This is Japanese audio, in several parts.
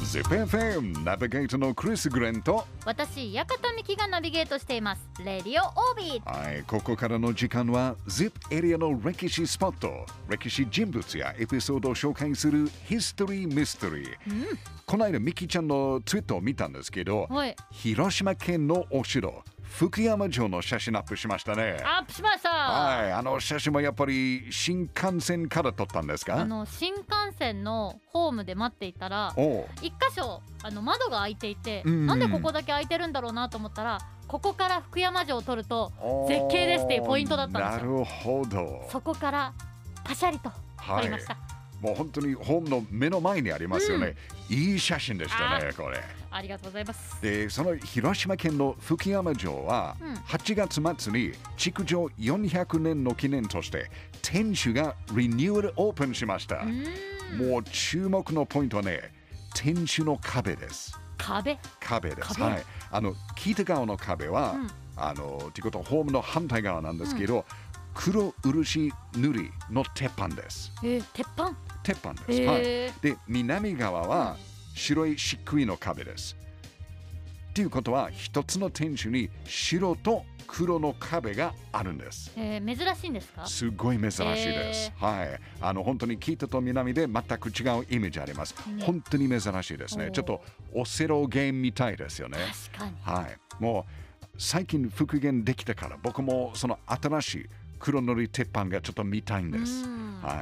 ZIPFM ナビゲートのクリス・グレンと私、館美希がナビゲートしていますレディオオービー。 はい、ここからの時間は ZIP エリアの歴史スポット、歴史人物やエピソードを紹介するヒストリー・ミステリー、この間ミキちゃんのツイートを見たんですけど、 はい、 広島県のお城福山城の写真アップしましたね。 アップしました。 はい、あの写真もやっぱり新幹線から撮ったんですか？ 新幹線のホームで待っていたら一箇所窓が開いていて、なんでここだけ開いてるんだろうなと思ったら、ここから福山城を撮ると絶景ですっていうポイントだったんですよ。 なるほど。 そこからパシャリと撮りました、 もう本当にホームの目の前にありますよね、いい写真でしたね。これありがとうございます。 で、その広島県の福山城は、8月末に築城400年の記念として天守がリニューアルオープンしました。もう注目のポイントはね、天守の壁です。壁です。はい、北側の壁は、ということはホームの反対側なんですけど、黒漆塗りの鉄板です。 鉄板です。はい、で、南側は白い漆喰の壁です。ということは、一つの天守に白と黒の壁があるんです。 珍しいんですか？ すごい珍しいです。はい。本当に北と南で全く違うイメージあります。本当に珍しいですね。ちょっとオセロゲームみたいですよね。 確かに。 はい。もう最近復元できたから、僕もその新しい黒塗り鉄板がちょっと見たいんです。はい。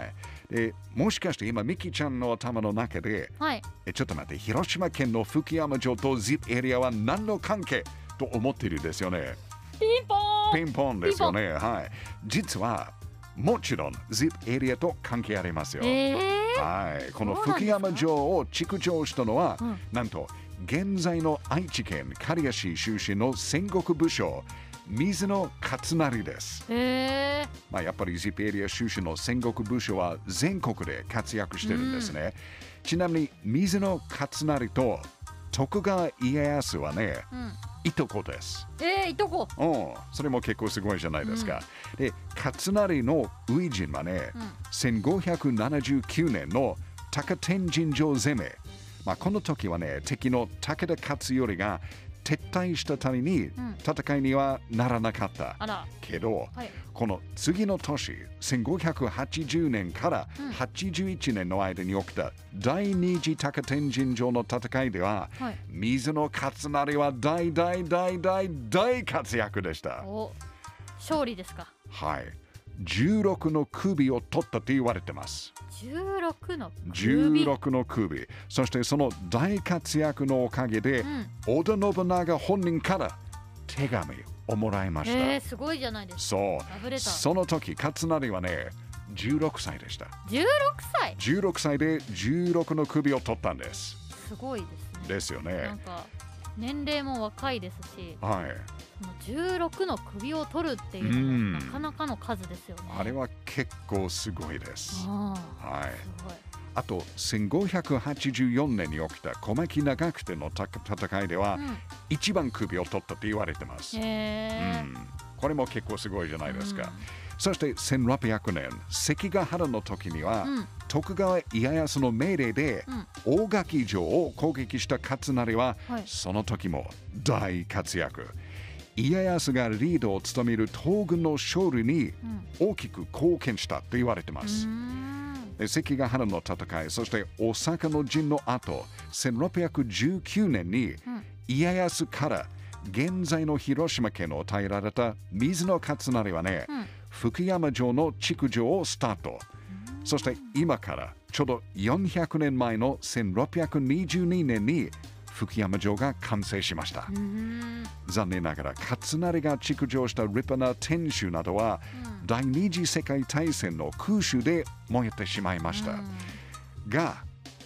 で、もしかして今ミキちゃんの頭の中で、ちょっと待って、広島県の福山城と ZIP エリアは何の関係と思っているですよね。 ピンポンですよね。はい。実はもちろん ZIP エリアと関係ありますよ。はい。この福山城を築城したのは、なんと現在の愛知県刈谷市出身の戦国武将水野勝成です。やっぱり ZIP エリア出身の戦国武将は全国で活躍してるんですね。ちなみに水野勝成と徳川家康はね、いとこです。 いとこ。 それも結構すごいじゃないですか。で、勝成の初陣はね、1579年の高天神城攻め。この時はね、敵の武田勝頼が撤退したために戦いにはならなかったけど、この次の年1580年から81年の間に起きた第二次高天神城の戦いでは、水野勝成は大活躍でした。 勝利ですか？ はい。16の首を取ったと言われてます。 16 の首。そしてその大活躍のおかげで、織田信長本人から手紙をもらいました。 すごいじゃないですか。 そう。その時、勝成はね、16歳でした。16歳で16の首を取ったんです。 すごいですね。 ですよね。 なんか年齢も若いですし、16の首を取るっていうのはなかなかの数ですよね。 あれは結構すごいです。 すごい。 あと1584年に起きた小牧長久手の戦いでは、一番首を取ったと言われてます。これも結構すごいじゃないですか。そして1600年関ヶ原の時には、徳川家康の命令で、大垣城を攻撃した勝成は、その時も大活躍。家康がリードを務める東軍の勝利に大きく貢献したと言われています。関ヶ原の戦い、そして大阪の陣の後、1619年に家康から現在の広島県を与えられた水野勝成はね、福山城の築城をスタート。そして今からちょうど400年前の1622年に福山城が完成しました。残念ながら勝成が築城した立派な天守などは、第二次世界大戦の空襲で燃えてしまいました。が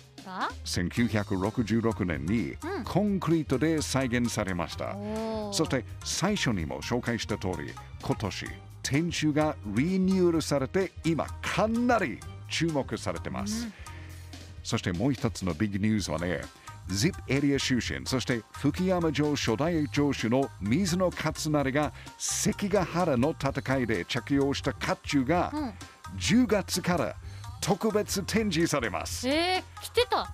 1966年にコンクリートで再現されました。そして最初にも紹介した通り、今年天守がリニューアルされて今かなり注目されてます。そしてもう一つのビッグニュースはね、ZIP エリア出身、そして福山城初代城主の水野勝成が関ヶ原の戦いで着用した甲冑が10月から特別展示されます。 着てた。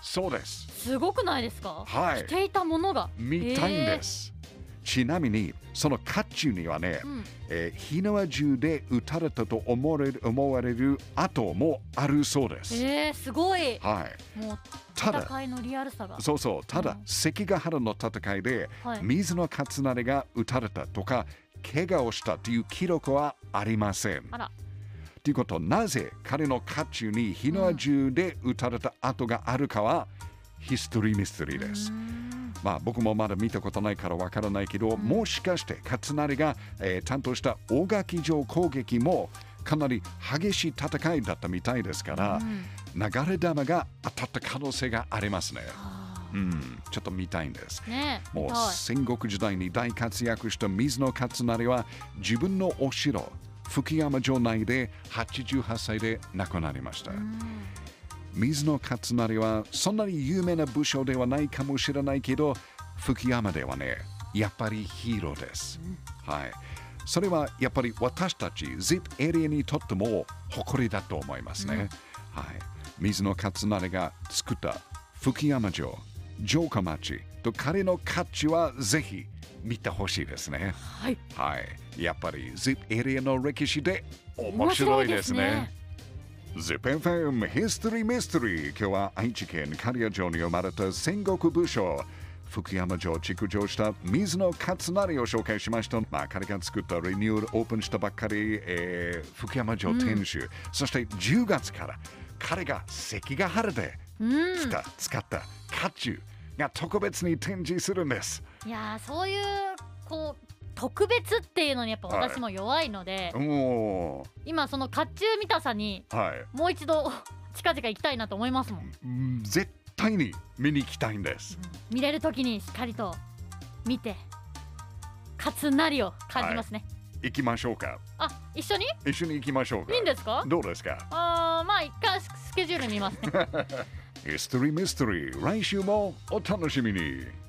そうです。 すごくないですか？ はい。 着ていたものが。 見たいんです。ちなみにその甲冑にはね、火縄銃で撃たれたと思われる跡もあるそうです。 すごい。 はい。 もう戦いのリアルさが。 そうそう。ただ、関ヶ原の戦いで、水の勝成が撃たれたとか怪我をしたという記録はありません。ということ、なぜ彼の甲冑に火縄銃で撃たれた跡があるかは、ヒストリーミステリーです。まあ僕もまだ見たことないからわからないけど、もしかして勝成が、担当した大垣城攻撃もかなり激しい戦いだったみたいですから、流れ弾が当たった可能性がありますね。ちょっと見たいんです。もう戦国時代に大活躍した水野勝成は自分のお城、福山城内で88歳で亡くなりました。水野勝成はそんなに有名な武将ではないかもしれないけど、福山ではね、やっぱりヒーローです。はい。それはやっぱり私たち ZIP エリアにとっても誇りだと思いますね。はい。水野勝成が作った福山城、城下町と彼の甲冑はぜひ見てほしいですね。 はい。 はい。やっぱり ZIP エリアの歴史で面白いですね。ZIPFM History Mystery。 今日は愛知県刈谷城に生まれた戦国武将福山城を築城した水野勝成を紹介しました。彼が作ったリニューアルオープンしたばっかり、福山城天守、そして10月から彼が関ヶ原で使った甲冑が特別に展示するんです。 いやー、そういうこう特別っていうのにやっぱ私も弱いので、今その甲冑見たさに、もう一度近々行きたいなと思いますもん。 絶対に見に行きたいんです。 見れる時にしっかりと見て勝成を感じますね。 行きましょうか。 一緒に行きましょうか。 いいんですか？ どうですか？ まあ一回スケジュール見ますね。 ヒストリーミステリー、来週もお楽しみに。